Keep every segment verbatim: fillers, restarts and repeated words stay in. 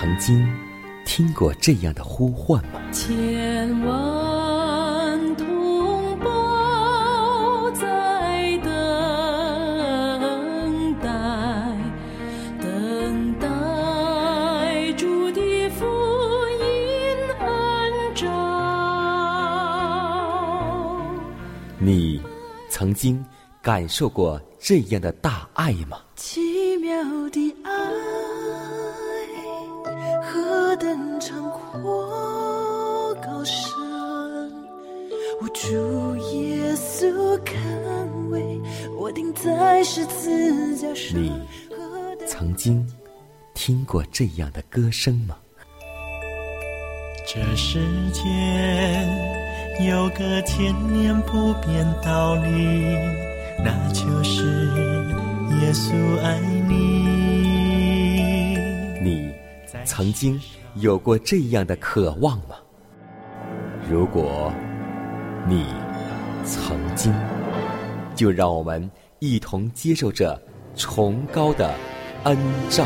曾经听过这样的呼唤吗？ 千万同胞在等待，等待主的福音恩召。 你曾经感受过这样的大爱吗？ 奇妙的爱，何等长阔高深，我主耶稣看为我钉在十字架上。 你曾经听过这样的歌声吗？ 这世间有个千年不变道理，那就是耶稣爱你。 你曾经有过这样的渴望吗？如果你曾经，就让我们一同接受这崇高的恩召。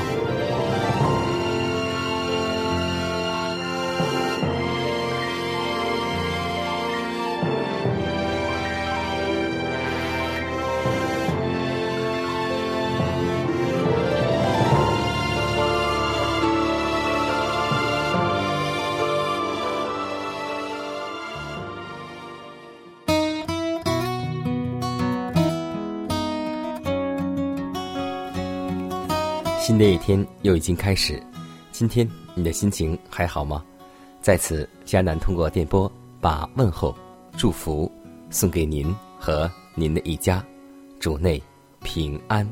新的一天又已经开始，今天你的心情还好吗？在此，迦南通过电波把问候、祝福送给您和您的一家，主内平安。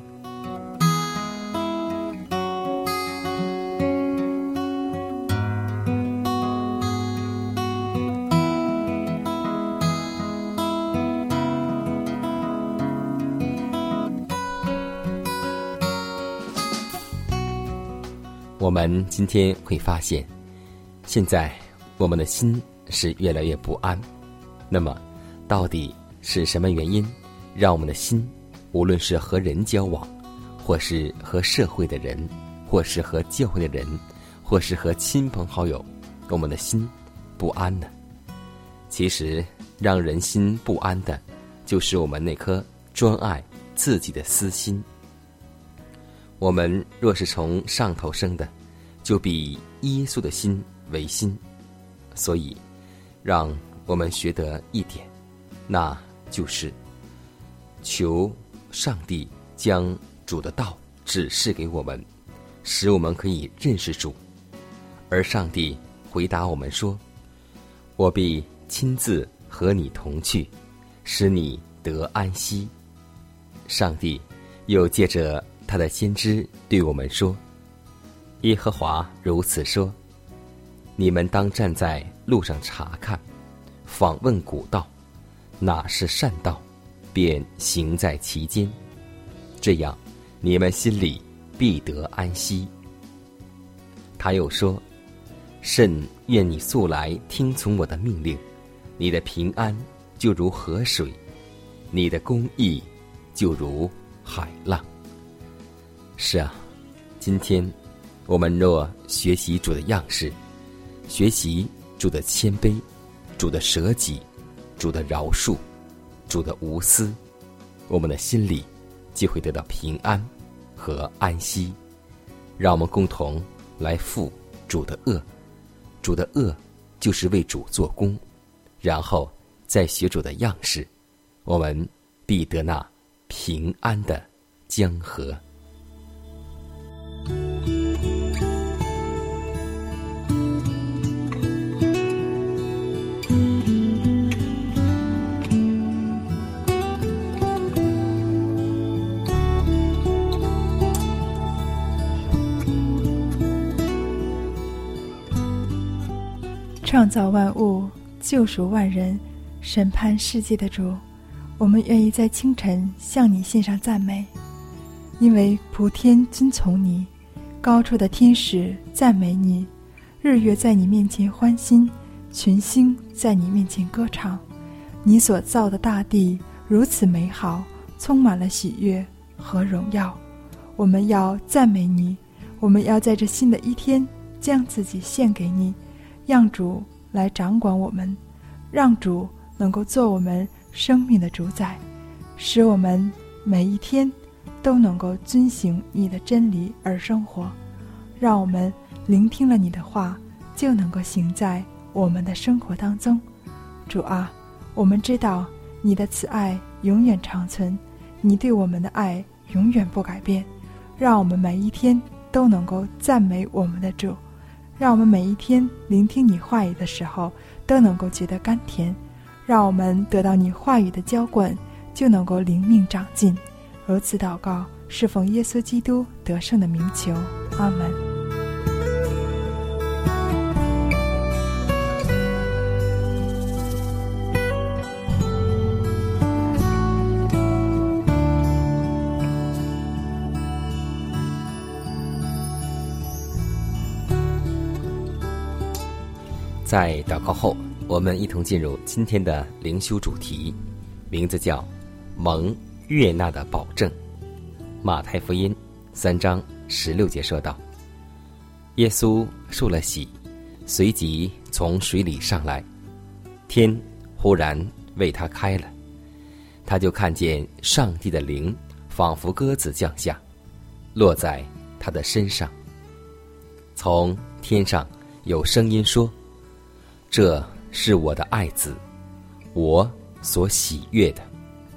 我们今天会发现，现在我们的心是越来越不安。那么，到底是什么原因让我们的心，无论是和人交往，或是和社会的人，或是和教会的人，或是和亲朋好友，我们的心不安呢？其实，让人心不安的，就是我们那颗专爱自己的私心。我们若是从上头生的，就比耶稣的心为心。所以让我们学得一点，那就是求上帝将主的道指示给我们，使我们可以认识主。而上帝回答我们说，我必亲自和你同去，使你得安息。上帝又借着他的先知对我们说，耶和华如此说，你们当站在路上查看，访问古道，哪是善道，便行在其间，这样你们心里必得安息。他又说，甚愿你素来听从我的命令，你的平安就如河水，你的公义就如海浪。是啊，今天我们若学习主的样式，学习主的谦卑，主的舍己，主的饶恕，主的无私，我们的心里就会得到平安和安息。让我们共同来负主的恶，主的恶就是为主做工，然后再学主的样式，我们必得那平安的江河。 创造万物，救赎万人，审判世界的主，我们愿意在清晨向你献上赞美，因为普天遵从你，高处的天使赞美你，日月在你面前欢欣，群星在你面前歌唱。你所造的大地如此美好，充满了喜悦和荣耀。我们要赞美你，我们要在这新的一天将自己献给你，让主来掌管我们，让主能够做我们生命的主宰，使我们每一天都能够遵行你的真理而生活。让我们聆听了你的话，就能够行在我们的生活当中。主啊，我们知道你的慈爱永远长存，你对我们的爱永远不改变。让我们每一天都能够赞美我们的主，让我们每一天聆听你话语的时候都能够觉得甘甜，让我们得到你话语的浇灌，就能够灵命长进。如此祷告，是奉耶稣基督得胜的名求，阿门。 在祷告后，我们一同进入今天的灵修主题，名字叫蒙悦纳的保证。马太福音三章十六节说道：耶稣受了洗，随即从水里上来，天忽然为他开了，他就看见上帝的灵仿佛鸽子降下，落在他的身上。从天上有声音说：这是我的爱子，我所喜悦的。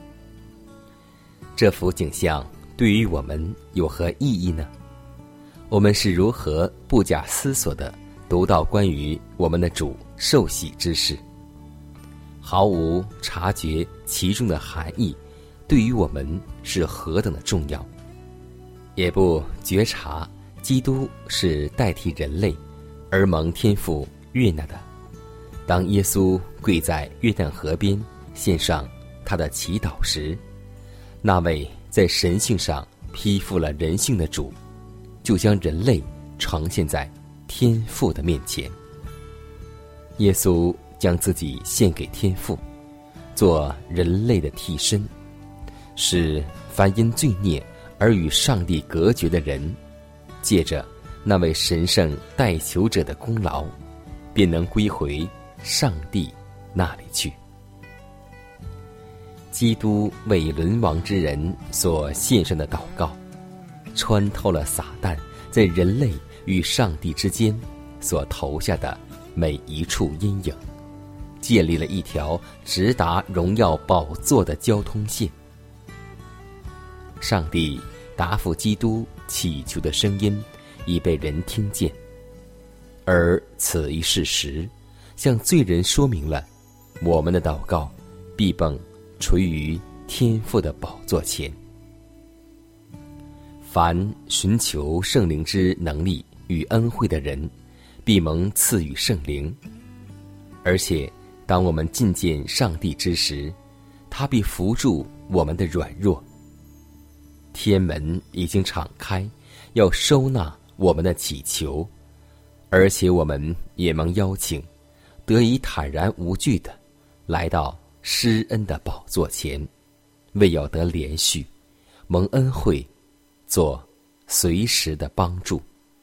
这幅景象对于我们有何意义呢？我们是如何不假思索地读到关于我们的主受洗之事，毫无察觉其中的含义对于我们是何等的重要，也不觉察基督是代替人类而蒙天父悦纳的。当耶稣跪在约旦河边献上他的祈祷时，那位在神性上披覆了人性的主，就将人类呈现在天父的面前。耶稣将自己献给天父，做人类的替身，使凡因罪孽而与上帝隔绝的人，借着那位神圣代求者的功劳，便能归回上帝那里去。基督为沦亡之人所献上的祷告，穿透了撒旦在人类与上帝之间所投下的每一处阴影，建立了一条直达荣耀宝座的交通线。上帝答复基督祈求的声音已被人听见，而此一事实向罪人说明了我们的祷告必蹦垂于天父的宝座前。凡寻求圣灵之能力与恩惠的人，必蒙赐予圣灵，而且当我们觐见上帝之时，他必扶助我们的软弱。天门已经敞开，要收纳我们的祈求，而且我们也蒙邀请，得以坦然无惧地来到施恩的宝座前，为要得连续蒙恩惠，做随时的帮助。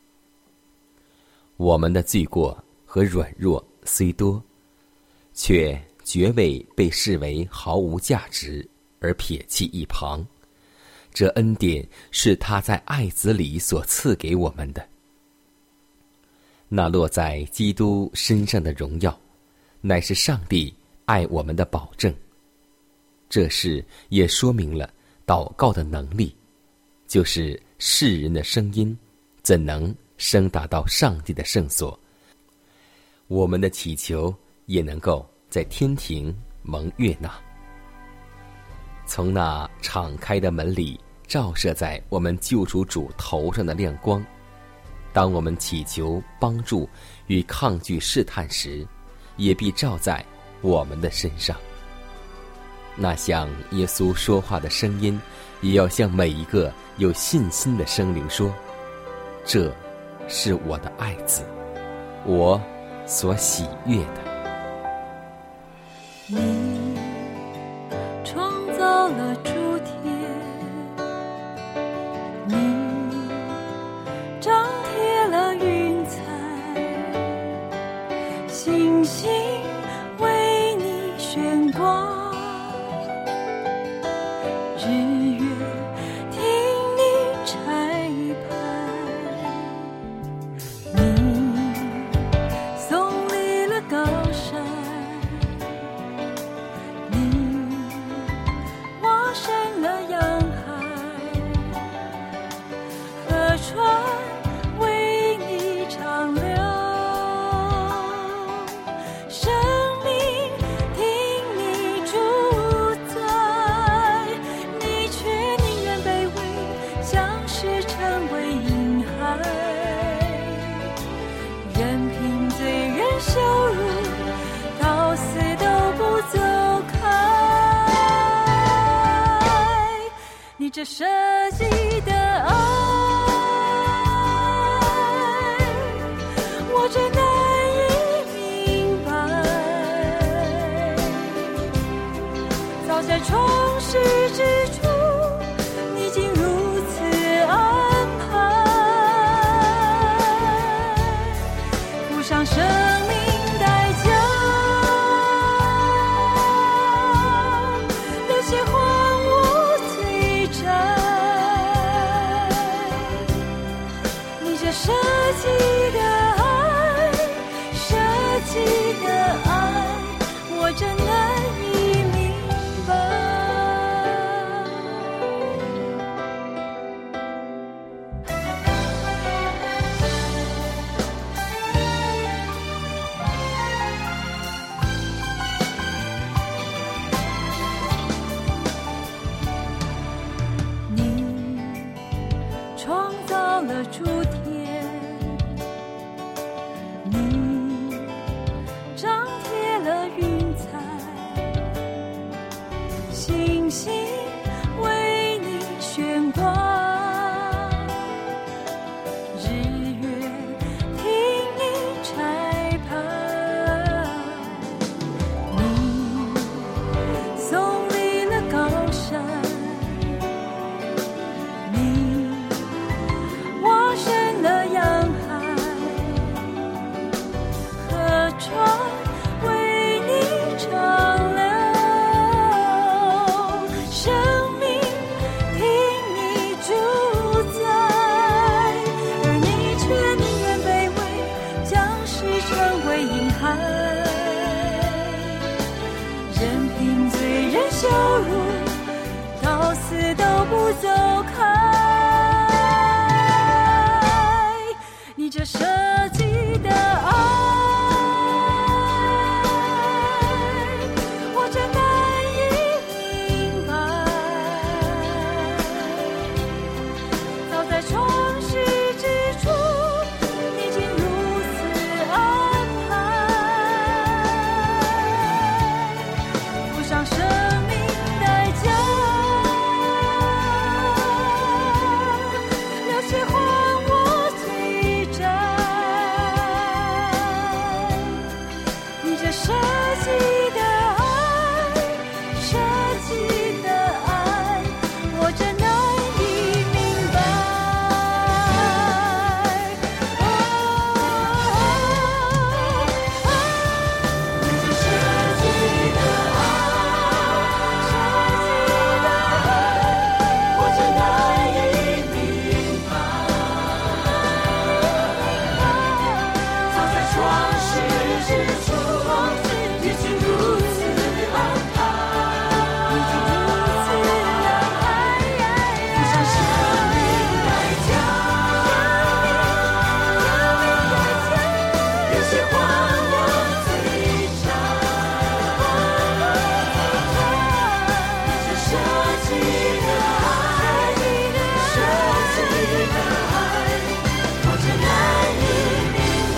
我们的罪过和软弱虽多，却绝未被视为毫无价值而撇弃一旁。这恩典是他在爱子里所赐给我们的。那落在基督身上的荣耀，乃是上帝爱我们的保证。这事也说明了祷告的能力，就是世人的声音怎能升达到上帝的圣所，我们的祈求也能够在天庭蒙悦纳。从那敞开的门里照射在我们救赎主头上的亮光，当我们祈求帮助与抗拒试探时，也必照在我们的身上。那向耶稣说话的声音，也要向每一个有信心的生灵说：这是我的爱子，我所喜悦的。 你创造了诸天，你张贴了云彩， 这设计的爱，我真难以明白。早在创世之初，你已经如此安排，付上生命代价，流血换我罪债。你这设计的爱，设计的爱，我真难以明白。你创造了诸天，你张贴了云彩，星星为你悬挂，日月听你差派。你耸立了高山，你挖深了洋海，河川为你长流，生命听你主宰，而你却宁愿卑微，将世成为婴孩，任凭罪人羞辱，到死都不走开。你这设计的爱，我真难以明白。早在创世之初，你已经如此安排，付上生命代价，流血换我罪债。你这设计的爱，设计的爱，我真难以明白。哦，你这设计的爱，设计的爱，我真难以明白。早在创世之初，已经如此安排，已经如此安排，付上生命代价，流血换我罪债。你这设计的爱，设计的爱，我真难以明白。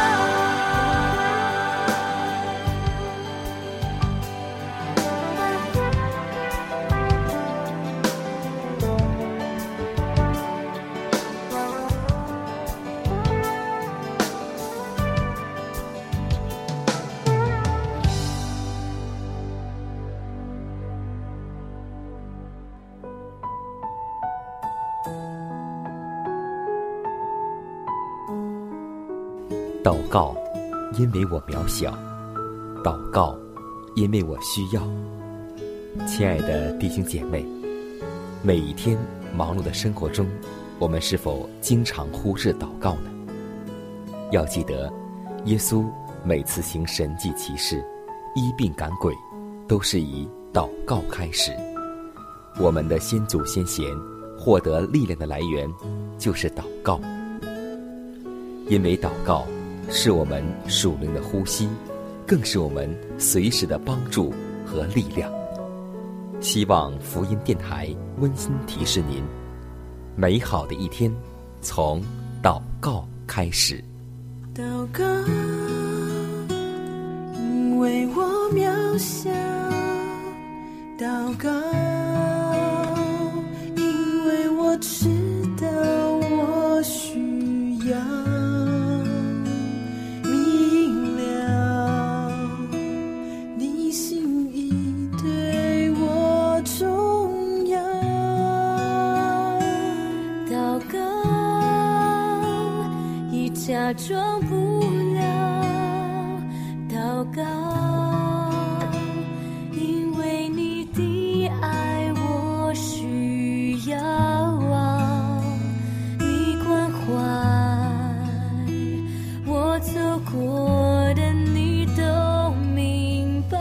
祷告，因为我渺小；祷告，因为我需要。亲爱的弟兄姐妹，每一天忙碌的生活中，我们是否经常忽视祷告呢？要记得，耶稣每次行神迹奇事、医病赶鬼，都是以祷告开始。我们的先祖先贤获得力量的来源，就是祷告。因为祷告是我们属灵的呼吸，更是我们随时的帮助和力量。希望福音电台温馨提示您，美好的一天从祷告开始。 祷告，因为我渺小；祷告，因样明了，你心意对我重要。祷告已假装不了，祷告因为你的爱我需要啊，你关怀我走过的你都明白。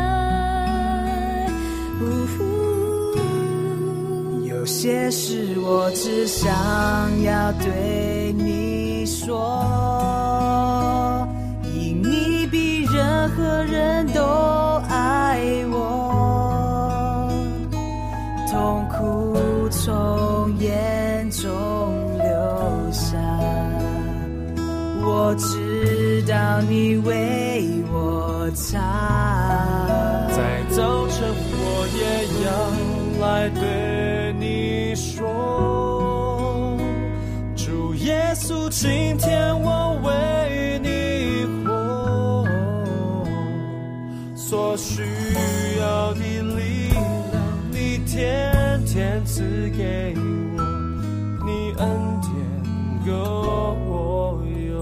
有些事我只想要对你说，因你比任何人都爱我，痛苦从眼中流下，我知道你为我擦。 在早晨我也要来对你说，主耶稣，今天我为你活，所需要的力量你天天赐给我，你恩典够我用。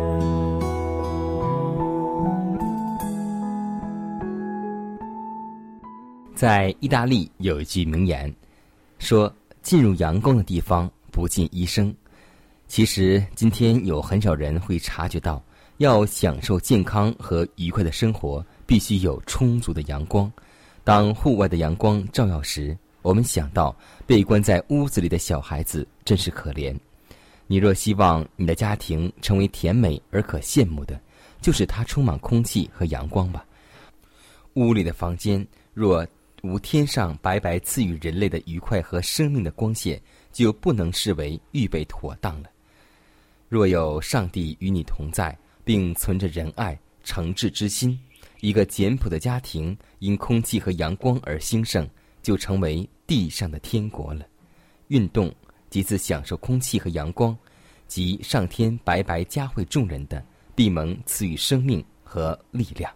在意大利有一句名言说，进入阳光的地方不进医生。其实今天有很少人会察觉到，要享受健康和愉快的生活，必须有充足的阳光。当户外的阳光照耀时，我们想到被关在屋子里的小孩子真是可怜。你若希望你的家庭成为甜美而可羡慕的，就是它充满空气和阳光吧。屋里的房间若无天上白白赐予人类的愉快和生命的光线，就不能视为预备妥当了。若有上帝与你同在，并存着仁爱诚挚之心，一个简朴的家庭因空气和阳光而兴盛，就成为地上的天国了。运动即自享受空气和阳光，即上天白白加惠众人的，必蒙赐予生命和力量。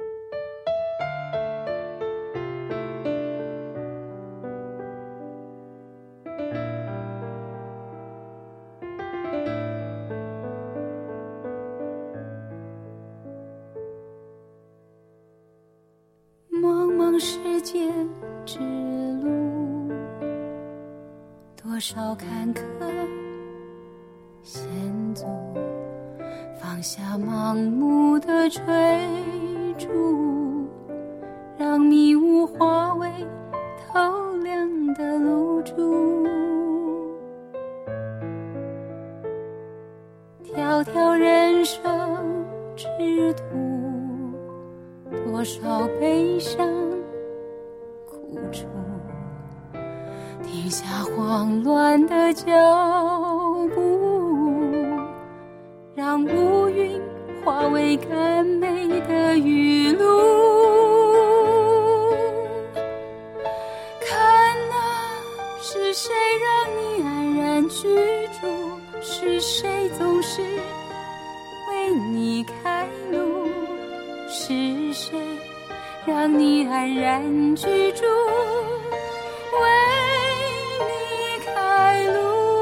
世界之路，多少坎坷险阻，放下盲目的追逐，让迷雾化为透亮的露珠。条条人生之途，多少悲伤苦楚，停下慌乱的脚步，让乌云化为甘美的雨露。看啊，是谁让你安然居住？是谁总是为你开路？是谁让你安然居住，为你开路？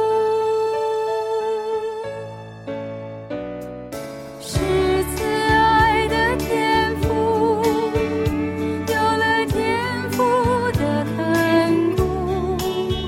是慈爱的天父，有了天父的看顾，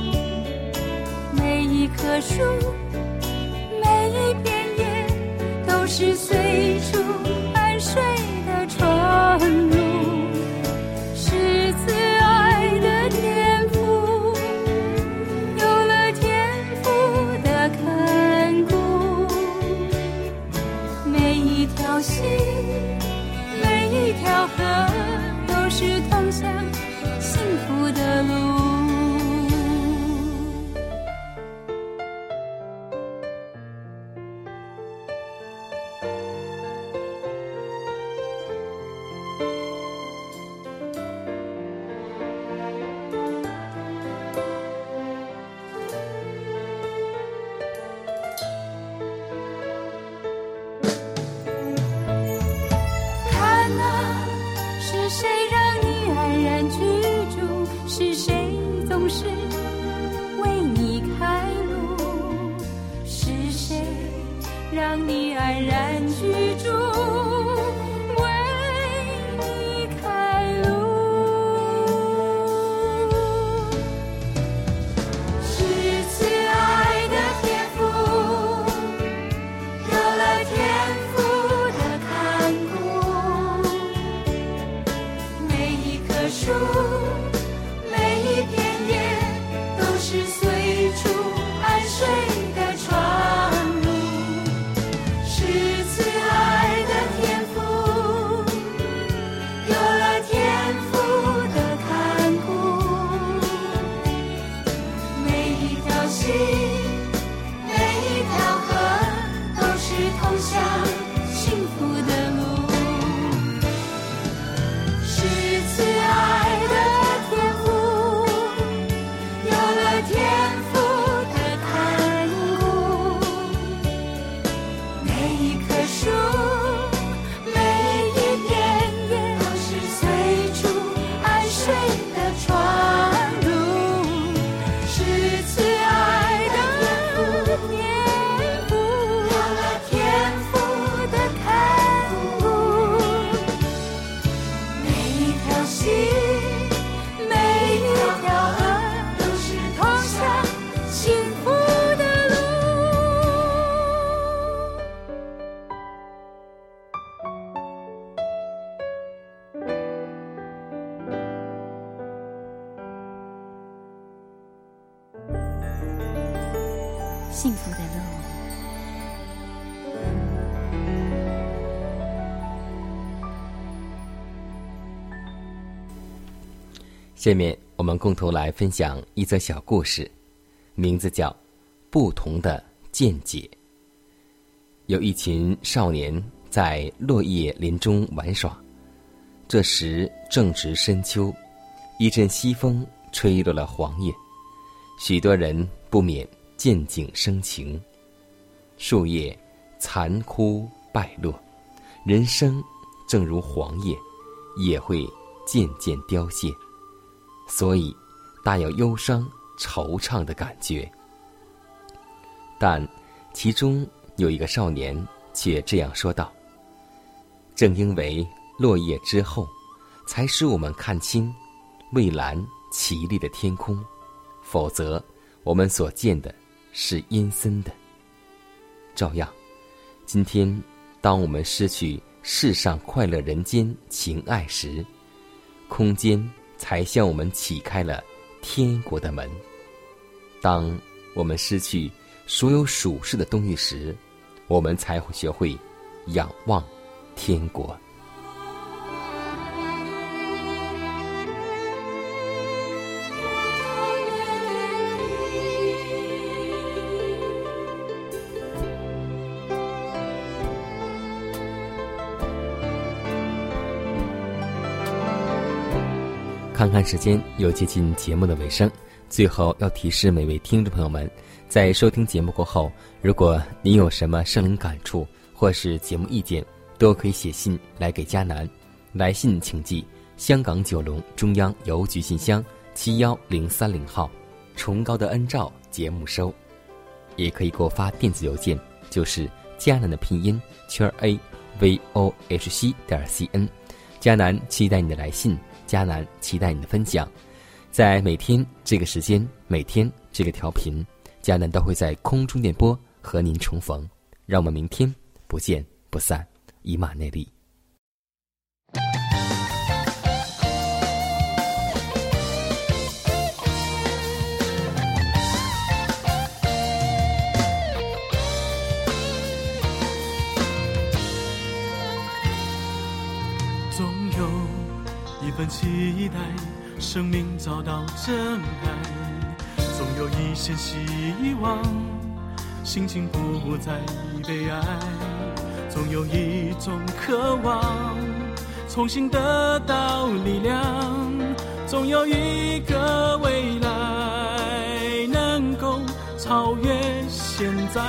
每一棵树，每一片叶，都是随处安睡的窗路。是慈爱的天父，有了天父的看顾，每一条溪，每一条河，都是通向幸福的路。 让你安然居住，为你开路。是慈爱的天父，有了天父的看顾，每一棵树，每一片叶，都是随处安睡的床。幸福的路。 下面我们共同来分享一则小故事，名字叫《不同的见解》。有一群少年在落叶林中玩耍，这时正值深秋，一阵西风吹落了黄叶，许多人不免见景生情。树叶残枯败落，人生正如黄叶，也会渐渐凋谢，所以大有忧伤惆怅的感觉。但其中有一个少年却这样说道：正因为落叶之后，才使我们看清蔚蓝绮丽的天空，否则我们所见的是阴森的。照样，今天当我们失去世上快乐人间情爱时，空间才向我们启开了天国的门。当我们失去所有属世的东西时，我们才会学会仰望天国。看看时间，又接近节目的尾声，最后要提示每位听众朋友们，在收听节目过后，如果您有什么圣灵感触或是节目意见，都可以写信来给迦南。来信请寄香港九龙中央邮局信箱七一零三零号，崇高的恩照节目收。也可以给我发电子邮件，就是迦南的拼音圈 a v o h c 点 c n。迦南期待你的来信，迦南期待你的分享。在每天这个时间，每天这个调频，迦南都会在空中电波和您重逢。让我们明天不见不散，以马内利。 总有一份期待，生命找到真爱，总有一线希望，心情不再悲哀，总有一种渴望，重新得到力量，总有一个未来能够超越现在，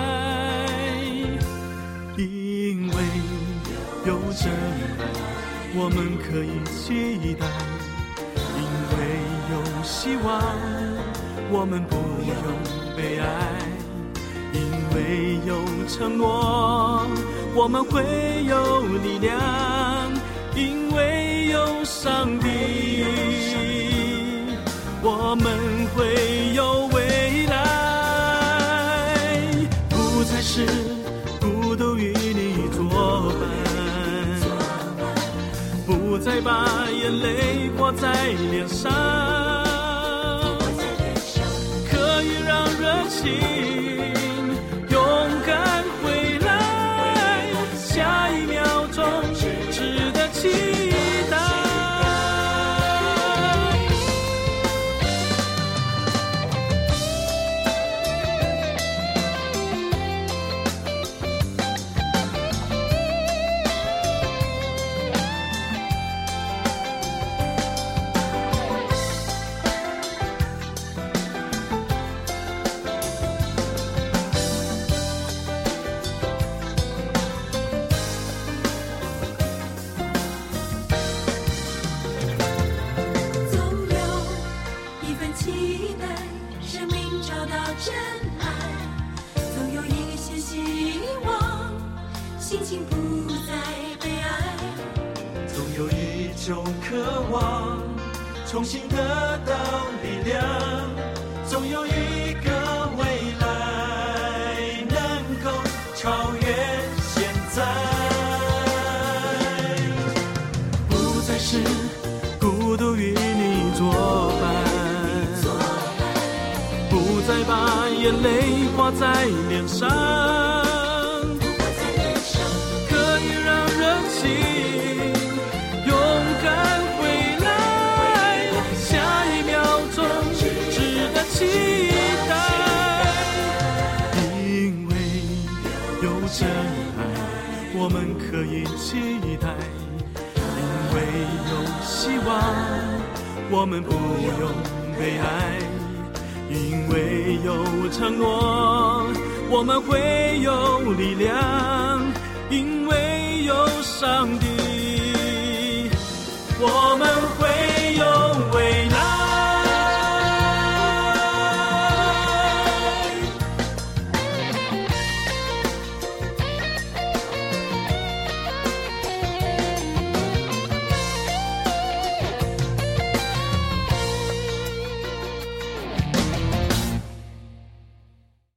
因为有真爱我们可以期待，因为有希望我们不用悲哀，因为有承诺，我们会有力量，因为有上帝，我们会有未来，不再是孤独与你作伴，不再把眼泪挂在脸上，可以让热情勇敢回来，下一秒钟值得期待。 重新得到力量，总有一个未来能够超越现在， 不再是孤独与你作伴，不再把眼泪挂在脸上，可以让热情勇敢期待，因为有真爱，我们可以期待；因为有希望，我们不用悲哀；因为有承诺，我们会有力量；因为有上帝，我们会